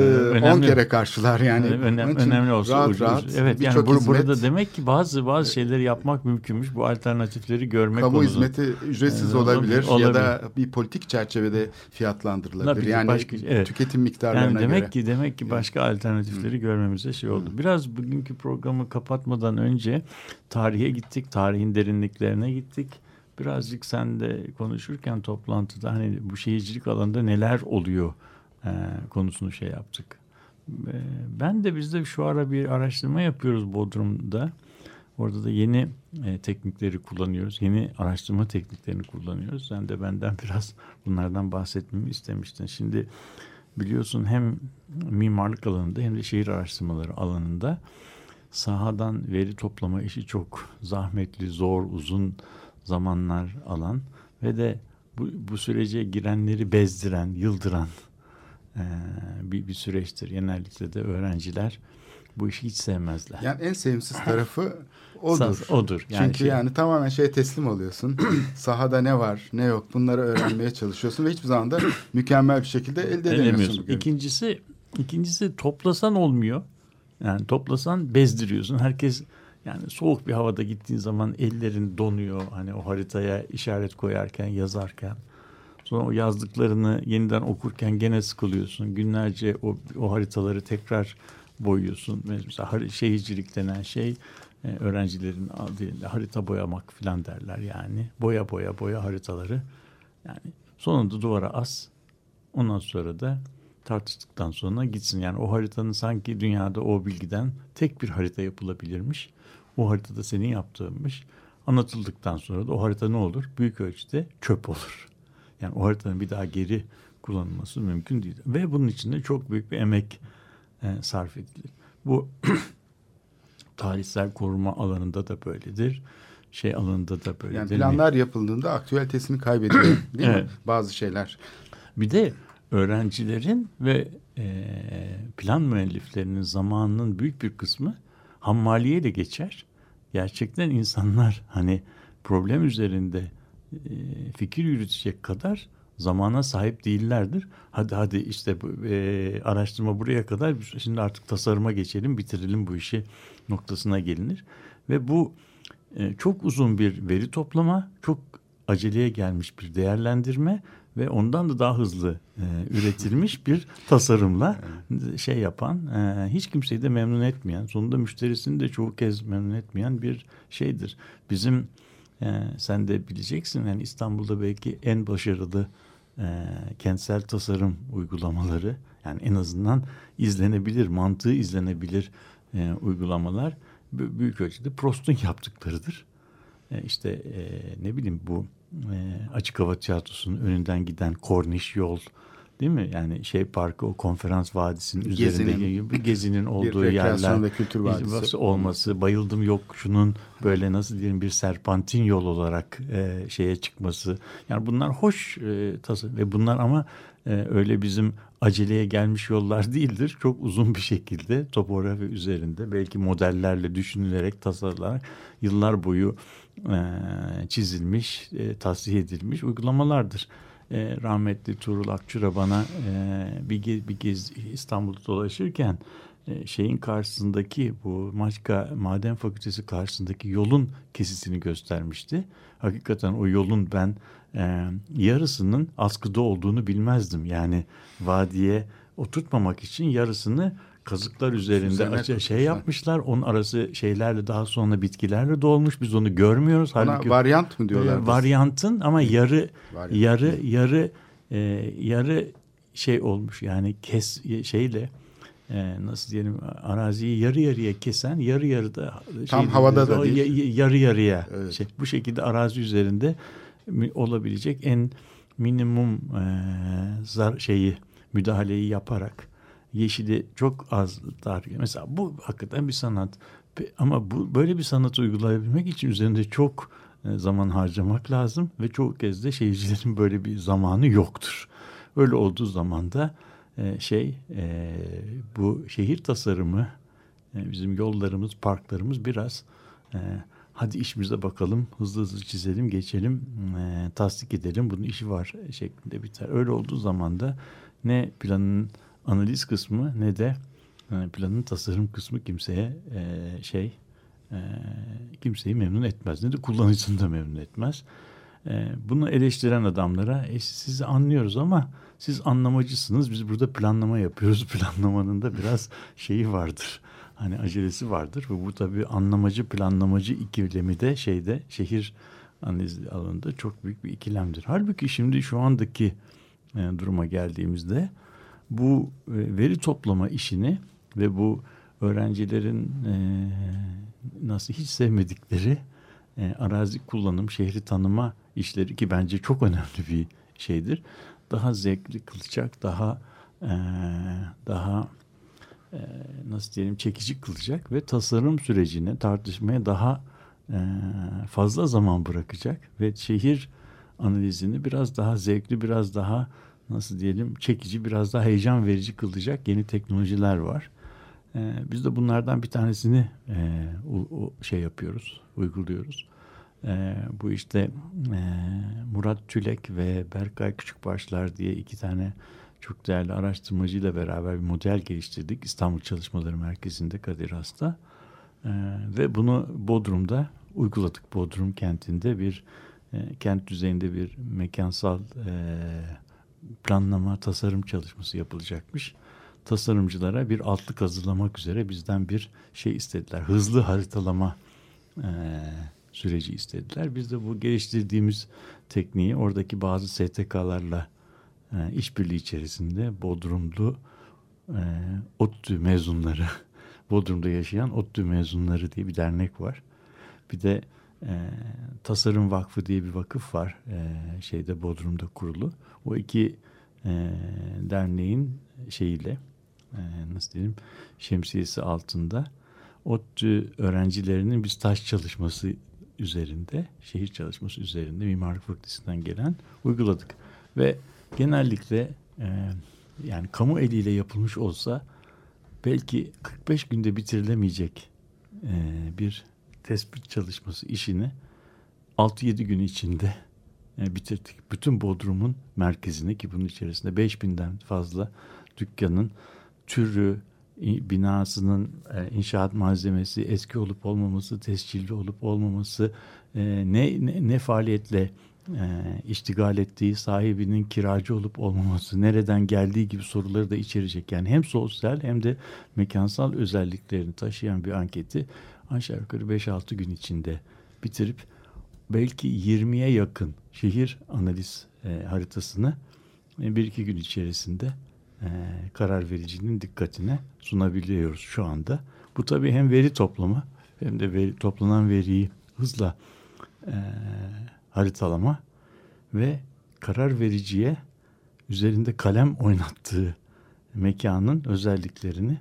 on e, kere karşılar yani. Önemli, önemli olsa rahat ucuz. rahat. Evet yani bur- burada demek ki bazı bazı şeyleri yapmak mümkünmüş. Bu alternatifleri görmek kamu konusunda. hizmeti ücretsiz evet, olabilir, olabilir ya da bir politik çerçevede fiyatlandırılabilir. Tabii yani başka, evet. tüketim miktarlarına yani demek göre. ki demek ki başka alternatifleri hmm. görmemize şey oldu. Hmm. Biraz bugün Bugünkü programı kapatmadan önce tarihe gittik, tarihin derinliklerine gittik. Birazcık sen de konuşurken toplantıda hani bu şehircilik alanında neler oluyor e, konusunu şey yaptık. E, ben de biz de şu ara bir araştırma yapıyoruz Bodrum'da. Orada da yeni e, teknikleri kullanıyoruz. Yeni araştırma tekniklerini kullanıyoruz. Sen de benden biraz bunlardan bahsetmemi istemiştin. Şimdi biliyorsun hem mimarlık alanında hem de şehir araştırmaları alanında sahadan veri toplama işi çok zahmetli, zor, uzun zamanlar alan ve de bu, bu sürece girenleri bezdiren, yıldıran e, bir, bir süreçtir. Genellikle de öğrenciler bu işi hiç sevmezler. Yani en sevimsiz tarafı odur. odur. Yani Çünkü şey, yani tamamen şeye teslim oluyorsun. Sahada ne var, ne yok bunları öğrenmeye çalışıyorsun ve hiçbir zaman da mükemmel bir şekilde elde edemiyorsun. İkincisi, ikincisi toplasan olmuyor. Yani toplasan bezdiriyorsun. Herkes yani soğuk bir havada gittiğin zaman ellerin donuyor. Hani o haritaya işaret koyarken, yazarken. Sonra o yazdıklarını yeniden okurken gene sıkılıyorsun. Günlerce o, o haritaları tekrar boyuyorsun. Mesela şehircilik denen şey öğrencilerin adıyla harita boyamak falan derler yani. Boya boya boya haritaları. Yani sonunda duvara as. Ondan sonra da tartıştıktan sonra gitsin. Yani o haritanın sanki dünyada o bilgiden tek bir harita yapılabilirmiş. O haritada senin yaptığınmış. Anlatıldıktan sonra da o harita ne olur? Büyük ölçüde çöp olur. Yani o haritanın bir daha geri kullanılması mümkün değil. Ve bunun için de çok büyük bir emek e, sarf edilir. Bu tarihsel koruma alanında da böyledir. Şey alanında da böyledir. Yani planlar mi? Yapıldığında aktüelitesini kaybediyor değil evet. mi? Bazı şeyler. Bir de öğrencilerin ve e, plan müelliflerinin zamanının büyük bir kısmı hammaliyeyle geçer. Gerçekten insanlar hani problem üzerinde e, fikir yürütecek kadar zamana sahip değillerdir. Hadi hadi işte bu, e, araştırma buraya kadar, şimdi artık tasarıma geçelim, bitirelim bu işi noktasına gelinir. Ve bu e, çok uzun bir veri toplama, çok aceleye gelmiş bir değerlendirme ve ondan da daha hızlı e, üretilmiş bir tasarımla şey yapan, e, hiç kimseyi de memnun etmeyen, sonunda müşterisini de çoğu kez memnun etmeyen bir şeydir. Bizim e, sen de bileceksin yani İstanbul'da belki en başarılı e, kentsel tasarım uygulamaları, yani en azından izlenebilir, mantığı izlenebilir e, uygulamalar b- büyük ölçüde Prost'un yaptıklarıdır. E, işte e, ne bileyim bu e, Açık Hava Tiyatrosu'nun önünden giden korniş yol, değil mi? Yani şey parkı, o konferans vadisinin üzerinde bir gezinin olduğu yerler, ve kültür vadisi olması, bayıldım yok şunun böyle nasıl diyelim bir serpantin yol olarak e, şeye çıkması. Yani bunlar hoş e, tasarım ve bunlar ama e, öyle bizim aceleye gelmiş yollar değildir. Çok uzun bir şekilde topografi üzerinde belki modellerle düşünülerek, tasarlanarak yıllar boyu e, çizilmiş, e, tasfiye edilmiş uygulamalardır. E, rahmetli Tuğrul Akçura bana e, bir, gez, bir gez İstanbul'da dolaşırken e, şeyin karşısındaki bu Maçka Maden Fakültesi karşısındaki yolun kesitini göstermişti. Hakikaten o yolun ben e, yarısının askıda olduğunu bilmezdim. Yani vadiye oturtmamak için yarısını kazıklar üzerinde açı, şey yapmışlar. Onun arası şeylerle daha sonra bitkilerle dolmuş. Biz onu görmüyoruz. Ona halbuki varyant mı diyorlar? Varyantın ama yarı varyant. yarı yarı e, yarı şey olmuş yani kes şeyle e, nasıl diyelim araziyi yarı yarıya kesen yarı yarı da tam şey, havada da o, değil. yarı yarıya Evet. şey, bu şekilde arazi üzerinde olabilecek en minimum e, zar şeyi müdahaleyi yaparak yeşili çok az dar. Mesela bu hakikaten bir sanat. Ama bu böyle bir sanatı uygulayabilmek için üzerinde çok e, zaman harcamak lazım ve çok kez de şehircilerin böyle bir zamanı yoktur. Öyle olduğu zaman da e, şey e, bu şehir tasarımı e, bizim yollarımız, parklarımız biraz e, hadi işimize bakalım, hızlı hızlı çizelim, geçelim, e, tasdik edelim, bunun işi var şeklinde biter. Öyle olduğu zaman da ne planın analiz kısmı ne de e, planın tasarım kısmı kimseye e, şey e, kimseyi memnun etmez. Ne de kullanıcısını da memnun etmez. E, bunu eleştiren adamlara e, sizi anlıyoruz ama siz anlamacısınız. Biz burada planlama yapıyoruz. Planlamanın da biraz şeyi vardır. Hani acelesi vardır ve bu tabii anlamacı planlamacı ikilemi de şeyde şehir analiz alanında çok büyük bir ikilemdir. Halbuki şimdi şu andaki e, duruma geldiğimizde bu e, veri toplama işini ve bu öğrencilerin e, nasıl hiç sevmedikleri e, arazi kullanım, şehri tanıma işleri ki bence çok önemli bir şeydir. Daha zevkli kılacak, daha e, daha e, nasıl diyelim çekici kılacak ve tasarım sürecine, tartışmaya daha e, fazla zaman bırakacak ve şehir analizini biraz daha zevkli, biraz daha nasıl diyelim çekici, biraz daha heyecan verici kılacak yeni teknolojiler var. Ee, biz de bunlardan bir tanesini e, o, o şey yapıyoruz, uyguluyoruz. Ee, bu işte e, Murat Tülek ve Berkay Küçükbaşlar diye iki tane çok değerli araştırmacıyla beraber bir model geliştirdik. İstanbul Çalışmaları Merkezi'nde Kadir Has'ta. Ee, ve bunu Bodrum'da uyguladık. Bodrum kentinde bir e, kent düzeyinde bir mekansal e, planlama, tasarım çalışması yapılacakmış. Tasarımcılara bir altlık hazırlamak üzere bizden bir şey istediler. Hızlı haritalama e, süreci istediler. Biz de bu geliştirdiğimiz tekniği oradaki bazı S T K'larla e, işbirliği içerisinde Bodrumlu e, ODTÜ mezunları, Bodrum'da yaşayan ODTÜ mezunları diye bir dernek var. Bir de e, Tasarım Vakfı diye bir vakıf var. E, şeyde Bodrum'da kurulu. O iki e, derneğin şeyiyle e, nasıl diyeyim şemsiyesi altında ODTÜ öğrencilerinin biz taş çalışması üzerinde, şehir çalışması üzerinde Mimarlık Fakültesinden gelen uyguladık. Ve genellikle e, yani kamu eliyle yapılmış olsa belki kırk beş günde bitirilemeyecek e, bir tespit çalışması işini altı yedi gün içinde e, bitirdik. Bütün Bodrum'un merkezini ki bunun içerisinde beş binden fazla dükkanın türü, binasının e, inşaat malzemesi, eski olup olmaması, tescilli olup olmaması, e, ne, ne ne faaliyetle e, iştigal ettiği, sahibinin kiracı olup olmaması, nereden geldiği gibi soruları da içerecek. Yani hem sosyal hem de mekansal özelliklerini taşıyan bir anketi aşağı yukarı beş altı gün içinde bitirip belki yirmiye yakın şehir analiz e, haritasını e, bir iki gün içerisinde e, karar vericinin dikkatine sunabiliyoruz şu anda. Bu tabii hem veri toplama hem de veri, toplanan veriyi hızla e, haritalama ve karar vericiye üzerinde kalem oynattığı mekanın özelliklerini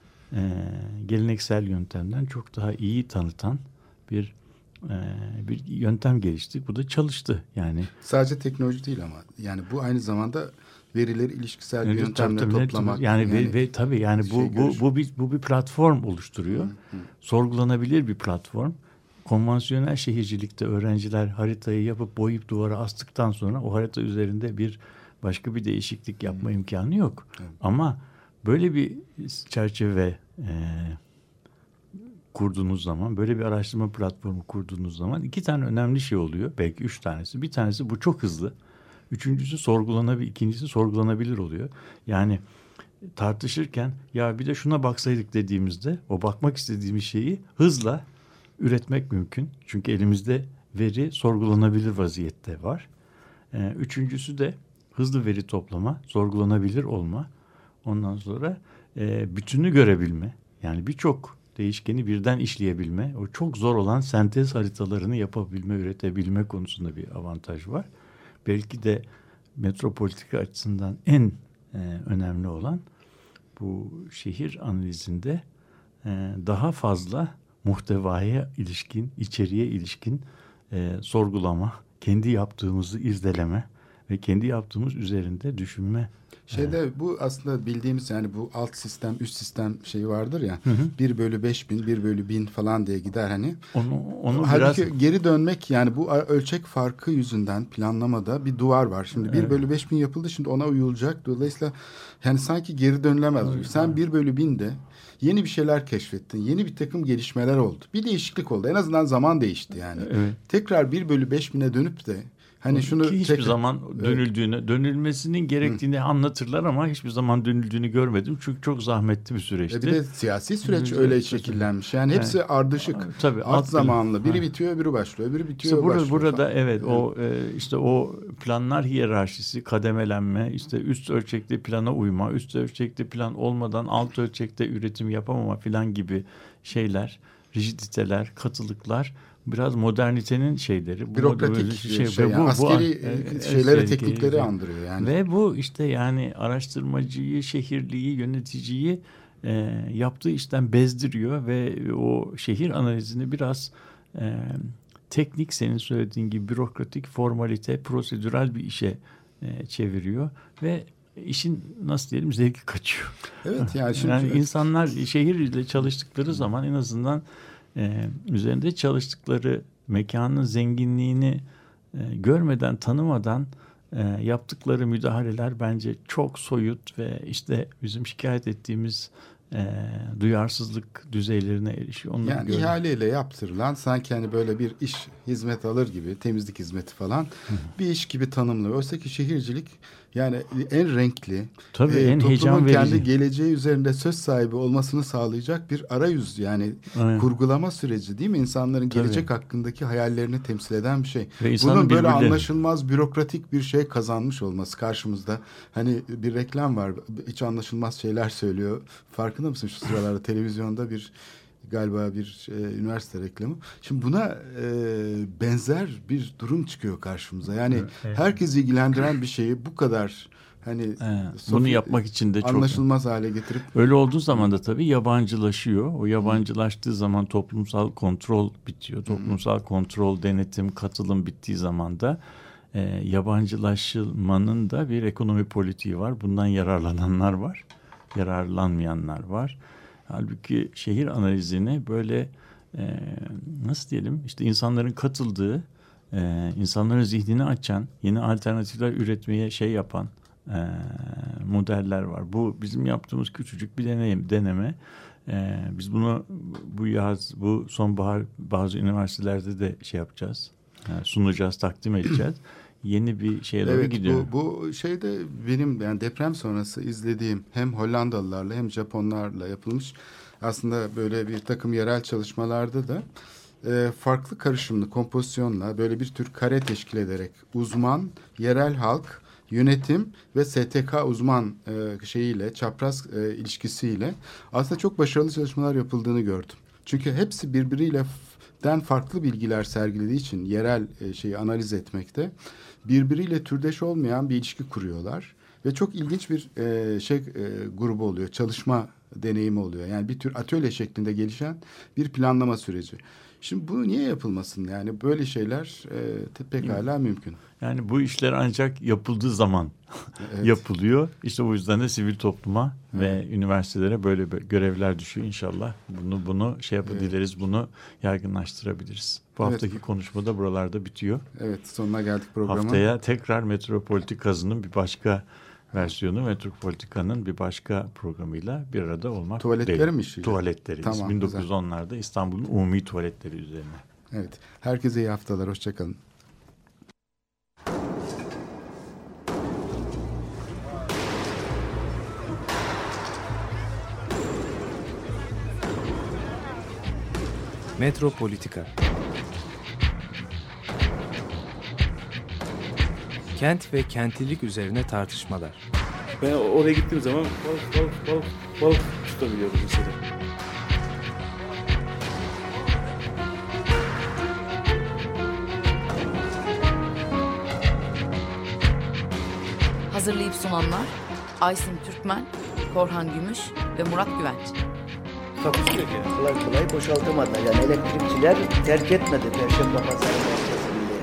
e, geleneksel yöntemden çok daha iyi tanıtan bir e, bir yöntem gelişti. Bu da çalıştı. Yani sadece teknoloji değil ama yani bu aynı zamanda verileri ilişkisel bir yöntemle tabii, toplamak. Tabii, yani, yani ve, ve tabii yani bu şey bu bu bir bu bir platform oluşturuyor. Hı hı. Sorgulanabilir bir platform. Konvansiyonel şehircilikte öğrenciler haritayı yapıp boyayıp duvara astıktan sonra o harita üzerinde bir başka bir değişiklik yapma hı. imkanı yok. Hı. Ama böyle bir çerçeve e, kurduğunuz zaman, böyle bir araştırma platformu kurduğunuz zaman iki tane önemli şey oluyor. Belki üç tanesi. Bir tanesi bu çok hızlı. Üçüncüsü sorgulanabilir, ikincisi sorgulanabilir oluyor. Yani tartışırken ya bir de şuna baksaydık dediğimizde o bakmak istediğimiz şeyi hızla üretmek mümkün. Çünkü elimizde veri sorgulanabilir vaziyette var. Ee, üçüncüsü de hızlı veri toplama, sorgulanabilir olma, ondan sonra e, bütünü görebilme, yani birçok değişkeni birden işleyebilme, o çok zor olan sentez haritalarını yapabilme, üretebilme konusunda bir avantaj var. Belki de metropolitika açısından en e, önemli olan bu şehir analizinde e, daha fazla muhtevaya ilişkin, içeriye ilişkin e, sorgulama, kendi yaptığımızı irdeleme ve kendi yaptığımız üzerinde düşünme. Şeyde bu aslında bildiğimiz, yani bu alt sistem, üst sistem şeyi vardır ya. Hı hı. bir bölü beş bin, bir bölü bin falan diye gider hani. Onu, onu Halbuki biraz... geri dönmek, yani bu ölçek farkı yüzünden planlamada bir duvar var. Şimdi evet. bir bölü beş bin yapıldı, şimdi ona uyulacak. Dolayısıyla yani sanki geri dönülemez. Evet. Sen bir bölü binde yeni bir şeyler keşfettin. Yeni bir takım gelişmeler oldu. Bir değişiklik oldu. En azından zaman değişti yani. Evet. Tekrar bir bölü beş bine dönüp de hani şunu ki hiçbir tekrar, zaman dönüldüğünü, evet. dönülmesinin gerektiğini Hı. anlatırlar ama hiçbir zaman dönüldüğünü görmedim. Çünkü çok zahmetli bir süreçti. E bir de siyasi süreç öyle şekillenmiş. Yani hepsi yani, ardışık. Tabii, alt zamanlı. Biri ha. bitiyor, öbürü başlıyor. Öbürü bitiyor, işte burada, başlıyor. Burada falan. evet, evet. o e, işte o planlar hiyerarşisi, kademelenme, işte üst ölçekli plana uyma, üst ölçekli plan olmadan alt ölçekte üretim yapamama filan gibi şeyler, rigiditeler, katılıklar biraz modernitenin şeyleri. Bürokratik şey, şey yani, bu, askeri bu, şeyleri, askeri, teknikleri şey. andırıyor yani. Ve bu işte yani araştırmacıyı, şehirliği, yöneticiyi e, yaptığı işten bezdiriyor ve o şehir analizini biraz e, teknik, senin söylediğin gibi bürokratik, formalite, prosedürel bir işe e, çeviriyor ve işin nasıl diyelim zevki kaçıyor. Evet yani şimdi yani insanlar şehirle çalıştıkları zaman en azından Ee, üzerinde çalıştıkları mekanın zenginliğini e, görmeden, tanımadan e, yaptıkları müdahaleler bence çok soyut ve işte bizim şikayet ettiğimiz e, duyarsızlık düzeylerine erişiyor. Onları yani görüyorum. İhaleyle yaptırılan sanki hani böyle bir iş, hizmet alır gibi, temizlik hizmeti falan Hı. bir iş gibi tanımlıyor. Oysa ki şehircilik yani en renkli, Tabii, e, en toplumun kendi geleceği üzerinde söz sahibi olmasını sağlayacak bir arayüz, yani Aynen. kurgulama süreci değil mi? İnsanların Tabii. gelecek hakkındaki hayallerini temsil eden bir şey. Bunun böyle birbirleri... anlaşılmaz, bürokratik bir şey kazanmış olması karşımızda. Hani bir reklam var, hiç anlaşılmaz şeyler söylüyor. Farkında mısın şu sıralarda televizyonda bir galiba bir e, üniversite reklamı. Şimdi buna e, benzer bir durum çıkıyor karşımıza. Yani evet, evet. herkes ilgilendiren bir şeyi bu kadar hani evet, sofi, bunu yapmak için de çok anlaşılmaz hale getirip öyle olduğu zaman da tabii yabancılaşıyor. O yabancılaştığı zaman toplumsal kontrol bitiyor. Toplumsal hmm. kontrol, denetim, katılım bittiği zaman da e, yabancılaşmanın da bir ekonomi politiği var. Bundan yararlananlar var. Yararlanmayanlar var. Halbuki şehir analizini böyle e, nasıl diyelim işte insanların katıldığı, e, insanların zihnini açan, yeni alternatifler üretmeye şey yapan e, modeller var. Bu bizim yaptığımız küçücük bir deneyim, deneme. E, biz bunu bu yaz, bu sonbahar bazı üniversitelerde de şey yapacağız, e, sunacağız, takdim edeceğiz. Yeni bir şeye doğru evet, gidiyor. Bu, bu şeyde benim yani deprem sonrası izlediğim hem Hollandalılarla hem Japonlarla yapılmış aslında böyle bir takım yerel çalışmalarda da e, farklı karışımlı kompozisyonla böyle bir tür kare teşkil ederek uzman, yerel halk, yönetim ve S T K uzman e, şeyiyle, çapraz e, ilişkisiyle aslında çok başarılı çalışmalar yapıldığını gördüm. Çünkü hepsi birbiriyle den farklı bilgiler sergilediği için yerel e, şeyi analiz etmekte birbiriyle türdeş olmayan bir ilişki kuruyorlar ve çok ilginç bir e, şey e, grubu oluyor, çalışma deneyimi oluyor. Yani bir tür atölye şeklinde gelişen bir planlama süreci. Şimdi bu niye yapılmasın? Yani böyle şeyler e, pekala mümkün. Yani bu işler ancak yapıldığı zaman evet. yapılıyor. İşte o yüzden de sivil topluma evet. ve üniversitelere böyle görevler düşüyor inşallah. Bunu bunu şey yapabiliriz, evet. bunu yaygınlaştırabiliriz. Bu evet. haftaki konuşma da buralarda bitiyor. Evet, sonuna geldik programın. Haftaya tekrar Metropolitika'nın bir başka versiyonu, Metropolitika'nın bir başka programıyla bir arada olmak Tuvaletleri değil. mi işleyeceğiz? Tuvaletleri. Tamam, bin dokuz yüz onlarda İstanbul'un umumi tuvaletleri üzerine. Evet. Herkese iyi haftalar. Hoşçakalın. Metropolitika. Kent ve kentlilik üzerine tartışmalar. Ben oraya gittiğim zaman balık balık balık balık tutabiliyorum mesela. Hazırlayıp sunanlar Aysin Türkmen, Korhan Gümüş ve Murat Güvenç. Takusu yok yani. Kolay kolay boşaltamadı. Yani elektrikçiler terk etmedi Perşembe Pazarı merkezinde.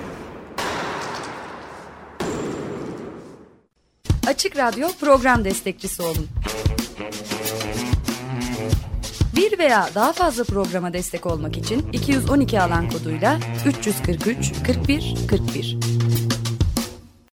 Açık Radyo program destekçisi olun. Bir veya daha fazla programa destek olmak için iki yüz on iki alan koduyla üç yüz kırk üç kırk bir kırk bir